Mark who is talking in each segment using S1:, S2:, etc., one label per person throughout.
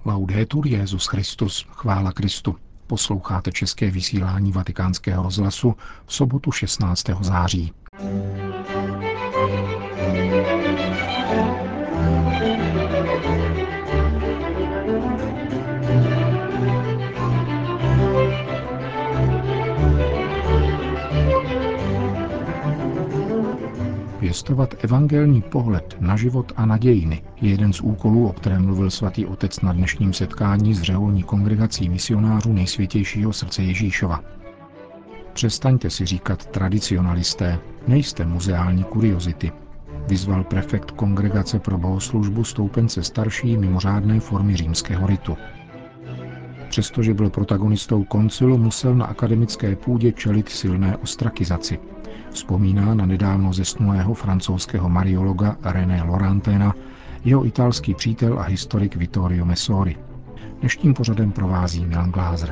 S1: Laudetur Jesus Christus, chvála Kristu. Posloucháte české vysílání Vatikánského rozhlasu v sobotu 16. září. Pěstovat evangelní pohled na život a na dějiny je jeden z úkolů, o kterém mluvil svatý otec na dnešním setkání s řeholní kongregací misionářů Nejsvětějšího srdce Ježíšova. Přestaňte si říkat tradicionalisté, nejste muzeální kuriozity, vyzval prefekt Kongregace pro bohoslužbu stoupence starší mimořádné formy římského ritu. Přestože byl protagonistou koncilu, musel na akademické půdě čelit silné ostrakizaci. Vzpomíná na nedávno zesnulého francouzského mariologa René Laurentena jeho italský přítel a historik Vittorio Messori. Dnešním pořadem provází Milan Glázer.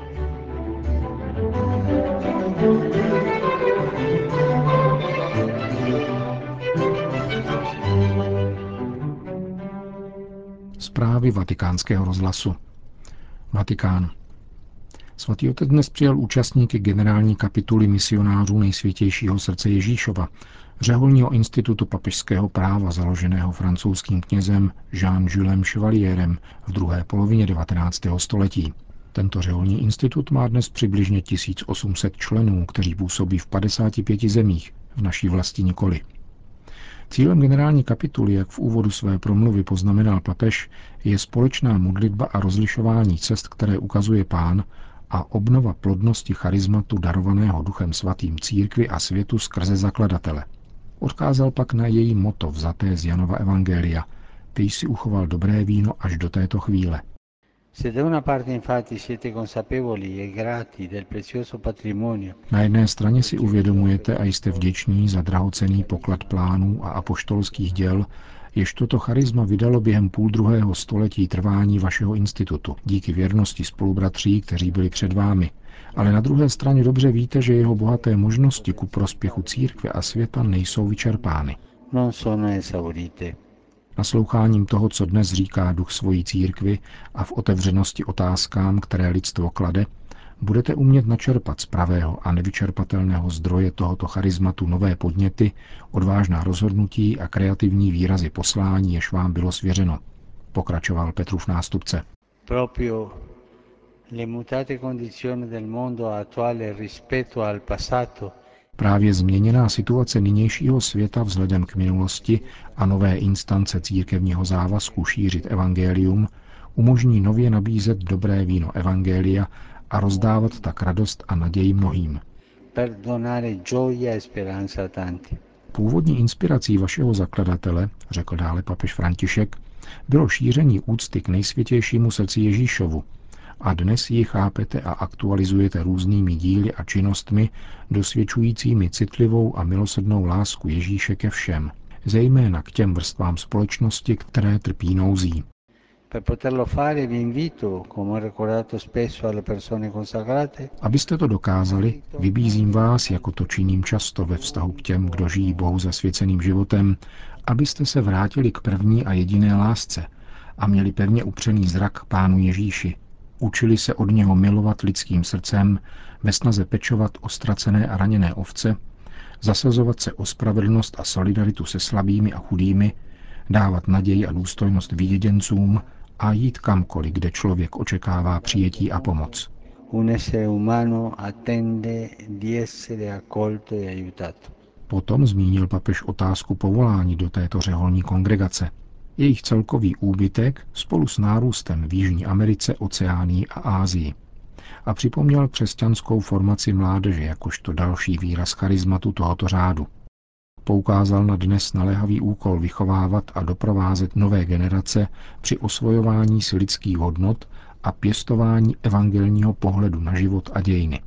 S1: Zprávy Vatikánského rozhlasu. Vatikán. Svatý otec dnes přijal účastníky generální kapituly misionářů Nejsvětějšího srdce Ježíšova, řeholního institutu papežského práva založeného francouzským knězem Jean-Julesem Chevalierem v druhé polovině 19. století. Tento řeholní institut má dnes přibližně 1800 členů, kteří působí v 55 zemích, v naší vlasti nikoli. Cílem generální kapituly, jak v úvodu své promluvy poznamenal papež, je společná modlitba a rozlišování cest, které ukazuje Pán, a obnova plodnosti charizmatu darovaného Duchem svatým církvi a světu skrze zakladatele. Odkázal pak na její motto vzaté z Janova evangelia: Ty jsi uchoval dobré víno až do této chvíle. Na jedné straně si uvědomujete a jste vděční za drahocenný poklad plánů a apoštolských děl, jež toto charisma vydalo během půldruhého století trvání vašeho institutu, díky věrnosti spolubratří, kteří byli před vámi. Ale na druhé straně dobře víte, že jeho bohaté možnosti ku prospěchu církve a světa nejsou vyčerpány. Nasloucháním toho, co dnes říká duch svojí církvi a v otevřenosti otázkám, které lidstvo klade, budete umět načerpat z pravého a nevyčerpatelného zdroje tohoto charizmatu nové podněty, odvážná rozhodnutí a kreativní výrazy poslání, jež vám bylo svěřeno, pokračoval Petrův nástupce.
S2: Proprio le mutate condizioni del mondo attuale rispetto al passato.
S1: Právě změněná situace nynějšího světa vzhledem k minulosti a nové instance církevního závazku šířit evangelium umožní nově nabízet dobré víno evangelia a rozdávat tak radost a naději mnohým. Původní inspirací vašeho zakladatele, řekl dále papež František, bylo šíření úcty k Nejsvětějšímu srdci Ježíšovu, a dnes ji chápete a aktualizujete různými díly a činnostmi, dosvědčujícími citlivou a milosrdnou lásku Ježíše ke všem, zejména k těm vrstvám společnosti, které trpí nouzí. Abyste to dokázali, vybízím vás, jako to činím často ve vztahu k těm, kdo žijí Bohu zasvěceným životem, abyste se vrátili k první a jediné lásce a měli pevně upřený zrak k Pánu Ježíši. Učili se od něho milovat lidským srdcem, ve snaze pečovat o ztracené a raněné ovce, zasazovat se o spravedlnost a solidaritu se slabými a chudými, dávat naději a důstojnost vyděděncům a jít kamkoliv, kde člověk očekává přijetí a pomoc. Potom zmínil papež otázku povolání do této řeholní kongregace. Jejich celkový úbytek spolu s nárůstem v Jižní Americe, Oceánii a Asii. A připomněl křesťanskou formaci mládeže jakožto další výraz charizmatu tohoto řádu. Poukázal na dnes naléhavý úkol vychovávat a doprovázet nové generace při osvojování si lidských hodnot a pěstování evangelního pohledu na život a dějiny.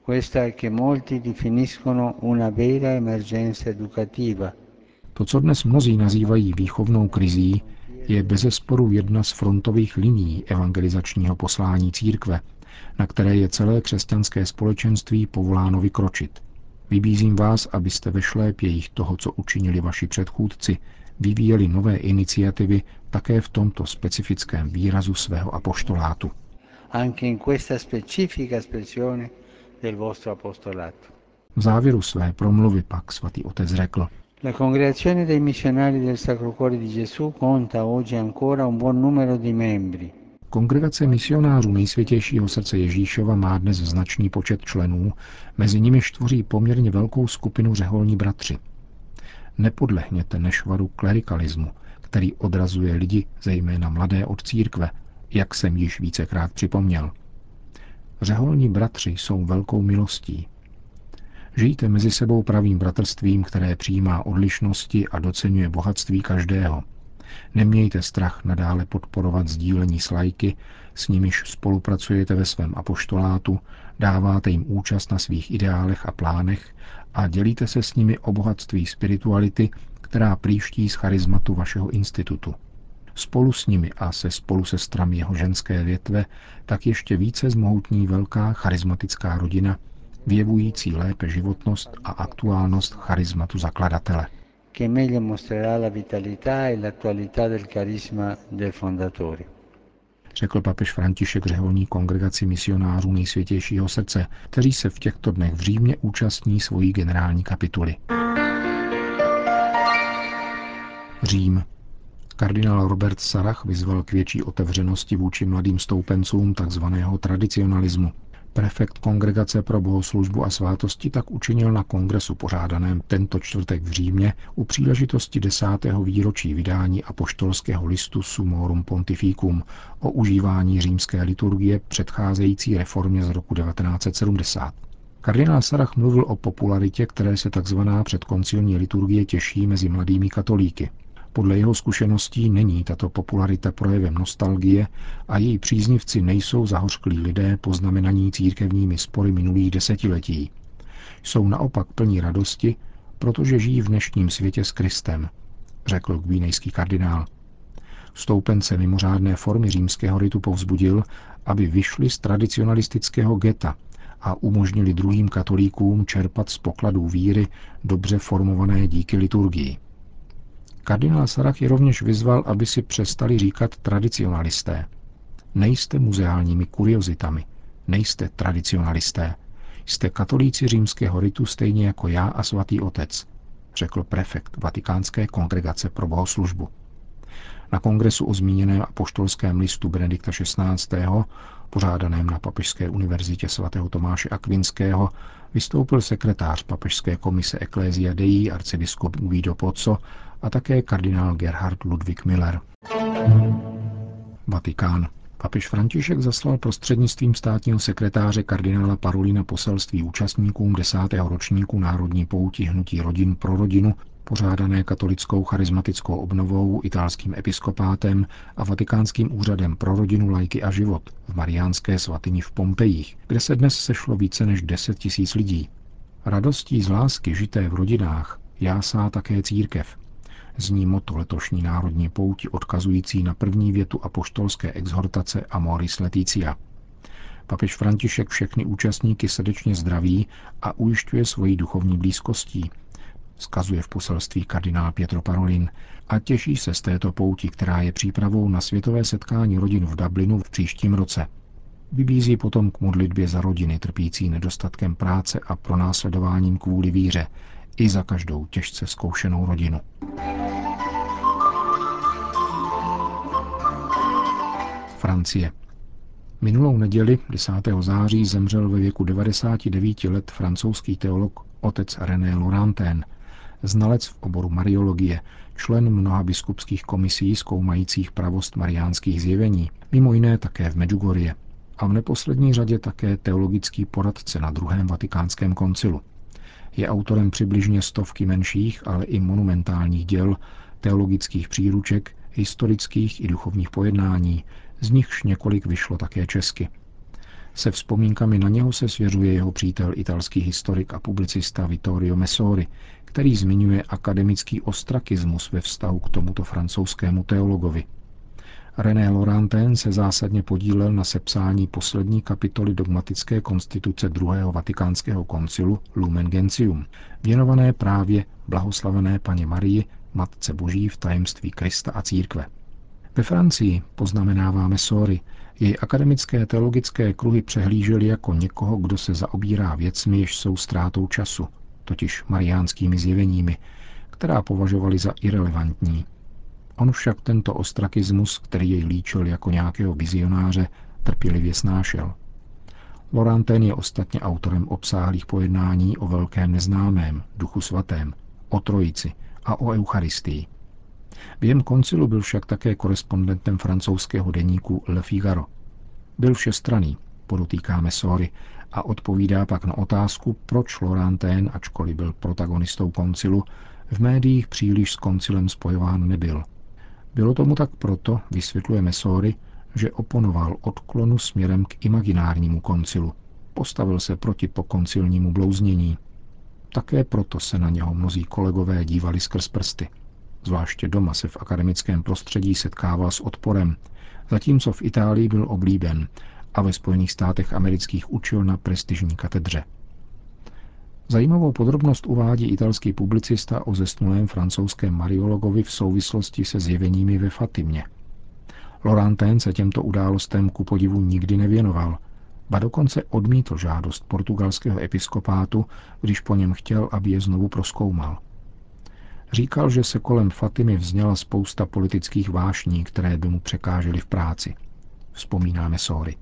S1: To, co dnes mnozí nazývají výchovnou krizí, je bezesporu jedna z frontových linií evangelizačního poslání církve, na které je celé křesťanské společenství povoláno vykročit. Vybízím vás, abyste ve šlépějích toho, co učinili vaši předchůdci, vyvíjeli nové iniciativy také v tomto specifickém výrazu svého apoštolátu.
S2: Anche in questa specifica espressione del vostro apostolato.
S1: V závěru své promluvy pak svatý otec řekl:
S2: La congregazione dei missionari del Sacro Cuore di Gesù conta oggi ancora un buon numero di membri.
S1: Kongregace misionářů Nejsvětějšího srdce Ježíšova má dnes značný počet členů, mezi nimiž tvoří poměrně velkou skupinu řeholní bratři. Nepodlehněte nešvaru klerikalismu, který odrazuje lidi, zejména mladé, od církve, jak jsem již vícekrát připomněl. Řeholní bratři jsou velkou milostí. Žijte mezi sebou pravým bratrstvím, které přijímá odlišnosti a doceňuje bohatství každého. Nemějte strach nadále podporovat sdílení s laiky, s nimiž spolupracujete ve svém apoštolátu, dáváte jim účast na svých ideálech a plánech a dělíte se s nimi o bohatství spirituality, která příští z charizmatu vašeho institutu. Spolu s nimi a se spolusestrami jeho ženské větve tak ještě více zmohutní velká charismatická rodina, vyjevující lépe životnost a aktuálnost charizmatu zakladatele.
S2: Che meglio mostrerà la vitalità e l'attualità del carisma del fondatore.
S1: Řekl papež František řeholní kongregaci misionářů Nejsvětějšího srdce, kteří se v těchto dnech v Římě účastní svojí generální kapituly. Řím. Kardinál Robert Sarach vyzval k větší otevřenosti vůči mladým stoupencům tzv. Tradicionalismu. Prefekt Kongregace pro bohoslužbu a svátosti tak učinil na kongresu pořádaném tento čtvrtek v Římě u příležitosti 10. výročí vydání apoštolského listu Summorum Pontificum o užívání římské liturgie předcházející reformě z roku 1970. Kardinál Sarach mluvil o popularitě, které se tzv. Předkoncilní liturgie těší mezi mladými katolíky. Podle jeho zkušeností není tato popularita projevem nostalgie a její příznivci nejsou zahořklí lidé poznamenaní církevními spory minulých desetiletí. Jsou naopak plní radosti, protože žijí v dnešním světě s Kristem, řekl gvinejský kardinál. Stoupence mimořádné formy římského ritu povzbudil, aby vyšli z tradicionalistického geta a umožnili druhým katolíkům čerpat z pokladů víry dobře formované díky liturgii. Kardinál Sarach je rovněž vyzval, aby si přestali říkat tradicionalisté. Nejste muzeálními kuriozitami, nejste tradicionalisté. Jste katolíci římského ritu stejně jako já a svatý otec, řekl prefekt Vatikánské kongregace pro bohoslužbu. Na kongresu o zmíněném apoštolském listu Benedikta XVI., pořádaném na Papežské univerzitě sv. Tomáše Akvinského, vystoupil sekretář Papežské komise Ecclesia Dei arcibiskup Guido Pozzo a také kardinál Gerhard Ludwig Müller. Vatikán. Papež František zaslal prostřednictvím státního sekretáře kardinála Parolina poselství účastníkům 10. ročníku národní pouti hnutí rodin pro rodinu, pořádané katolickou charismatickou obnovou, italským episkopátem a Vatikánským úřadem pro rodinu, lajky a život v Mariánské svatyni v Pompejích, kde se dnes sešlo více než 10 000 lidí. Radostí z lásky žité v rodinách jásá také církev. Zní motto letošní národní pouti odkazující na první větu apoštolské exhortace Amoris Laetitia. Papež František všechny účastníky srdečně zdraví a ujišťuje svojí duchovní blízkostí, vzkazuje v poselství kardinál Pietro Parolin, a těší se z této pouti, která je přípravou na světové setkání rodin v Dublinu v příštím roce. Vybízí potom k modlitbě za rodiny trpící nedostatkem práce a pronásledováním kvůli víře, i za každou těžce zkoušenou rodinu. Francie. Minulou neděli 10. září zemřel ve věku 99 let francouzský teolog otec René Laurentin, znalec v oboru mariologie, člen mnoha biskupských komisí zkoumajících pravost mariánských zjevení, mimo jiné také v Medjugorje, a v neposlední řadě také teologický poradce na druhém vatikánském koncilu. Je autorem přibližně stovky menších, ale i monumentálních děl, teologických příruček, historických i duchovních pojednání, z nichž několik vyšlo také česky. Se vzpomínkami na něho se svěřuje jeho přítel italský historik a publicista Vittorio Messori, který zmiňuje akademický ostrakismus ve vztahu k tomuto francouzskému teologovi. René Laurentin se zásadně podílel na sepsání poslední kapitoly dogmatické konstituce druhého vatikánského koncilu Lumen Gentium, věnované právě blahoslavené Panně Marii, Matce Boží v tajemství Krista a církve. Ve Francii, poznamenává Messori, jej akademické teologické kruhy přehlížely jako někoho, kdo se zaobírá věcmi, jež jsou ztrátou času, totiž mariánskými zjeveními, která považovali za irelevantní. On však tento ostrakismus, který jej líčil jako nějakého vizionáře, trpělivě snášel. Laurentin je ostatně autorem obsáhlých pojednání o velkém neznámém, Duchu svatém, o Trojici a o Eucharistii. Během koncilu byl však také korespondentem francouzského deníku Le Figaro. Byl všestranný, podotýká Messori, a odpovídá pak na otázku, proč Laurentin, ačkoliv byl protagonistou koncilu, v médiích příliš s koncilem spojován nebyl. Bylo tomu tak proto, vysvětluje Messori, že oponoval odklonu směrem k imaginárnímu koncilu. Postavil se proti pokoncilnímu blouznění. Také proto se na něho mnozí kolegové dívali skrz prsty. Zvláště doma se v akademickém prostředí setkával s odporem, zatímco v Itálii byl oblíben a ve Spojených státech amerických učil na prestižní katedře. Zajímavou podrobnost uvádí italský publicista o zesnulém francouzském mariologovi v souvislosti se zjeveními ve Fatimě. Laurentin se těmto událostem ku podivu nikdy nevěnoval, ba dokonce odmítl žádost portugalského episkopátu, když po něm chtěl, aby je znovu prozkoumal. Říkal, že se kolem Fatimy vzněla spousta politických vášní, které by mu překážely v práci. Vzpomíná Messori.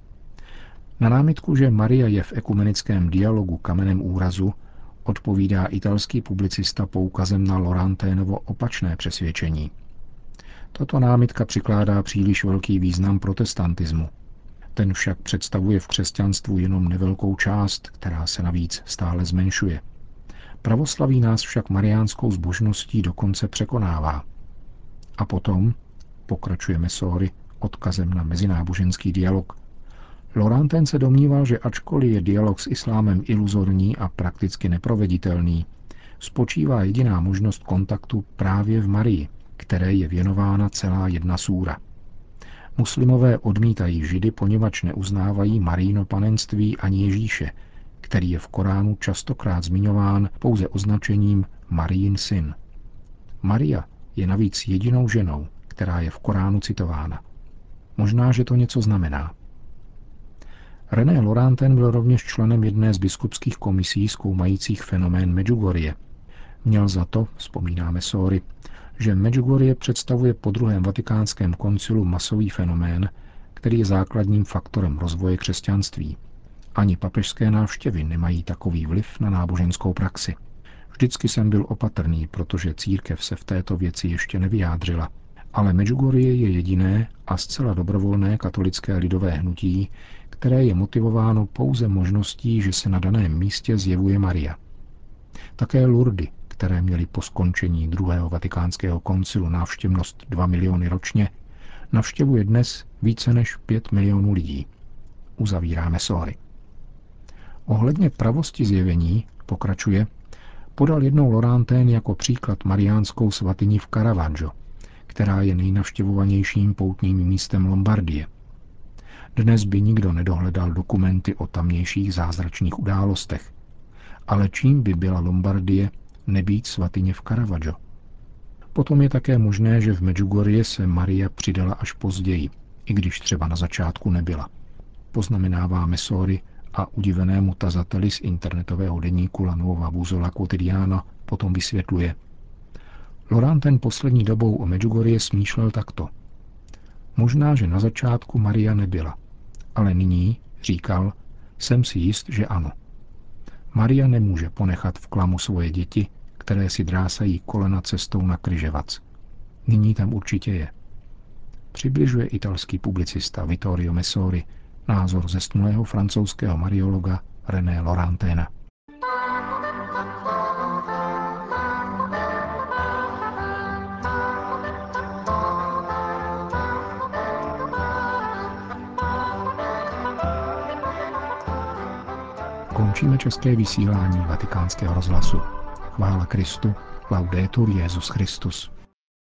S1: Na námitku, že Maria je v ekumenickém dialogu kamenem úrazu, odpovídá italský publicista poukazem na Laurentinovo opačné přesvědčení. Tato námitka přikládá příliš velký význam protestantismu. Ten však představuje v křesťanstvu jenom nevelkou část, která se navíc stále zmenšuje. Pravoslaví nás však mariánskou zbožností dokonce překonává. A potom, pokračuje Messori odkazem na mezináboženský dialog, Laurentin se domníval, že ačkoliv je dialog s islámem iluzorní a prakticky neproveditelný, spočívá jediná možnost kontaktu právě v Marii, které je věnována celá jedna súra. Muslimové odmítají Židy, poněvadž neuznávají Marijino panenství ani Ježíše, který je v Koránu častokrát zmiňován pouze označením Marijin syn. Maria je navíc jedinou ženou, která je v Koránu citována. Možná, že to něco znamená. René Laurentin byl rovněž členem jedné z biskupských komisí zkoumajících fenomén Medjugorje. Měl za to, vzpomíná Messori, že Medjugorje představuje po druhém vatikánském koncilu masový fenomén, který je základním faktorem rozvoje křesťanství. Ani papežské návštěvy nemají takový vliv na náboženskou praxi. Vždycky jsem byl opatrný, protože církev se v této věci ještě nevyjádřila. Ale Medjugorje je jediné a zcela dobrovolné katolické lidové hnutí, které je motivováno pouze možností, že se na daném místě zjevuje Maria. Také Lourdes, které měly po skončení druhého vatikánského koncilu návštěvnost 2 miliony ročně, navštěvuje dnes více než 5 milionů lidí. Uzavírá Messori. Ohledně pravosti zjevení, pokračuje, podal jednou Laurentin jako příklad mariánskou svatyni v Caravaggio, která je nejnavštěvovanějším poutním místem Lombardie. Dnes by nikdo nedohledal dokumenty o tamnějších zázračných událostech. Ale čím by byla Lombardie nebýt svatyně v Caravaggio? Potom je také možné, že v Medjugorje se Maria přidala až později, i když třeba na začátku nebyla. Poznamenává Messori a udivenému tazateli z internetového deníku La Nuova Busola Quotidiana potom vysvětluje. Laurentin poslední dobou o Medjugorje smýšlel takto. Možná, že na začátku Maria nebyla, ale nyní, říkal, jsem si jist, že ano. Maria nemůže ponechat v klamu svoje děti, které si drásají kolena cestou na křižovatce. Nyní tam určitě je. Přibližuje italský publicista Vittorio Messori názor zesnulého francouzského mariologa René Laurentina. Končíme české vysílání Vatikánského rozhlasu. Chvála Kristu, laudetur Jesus Christus.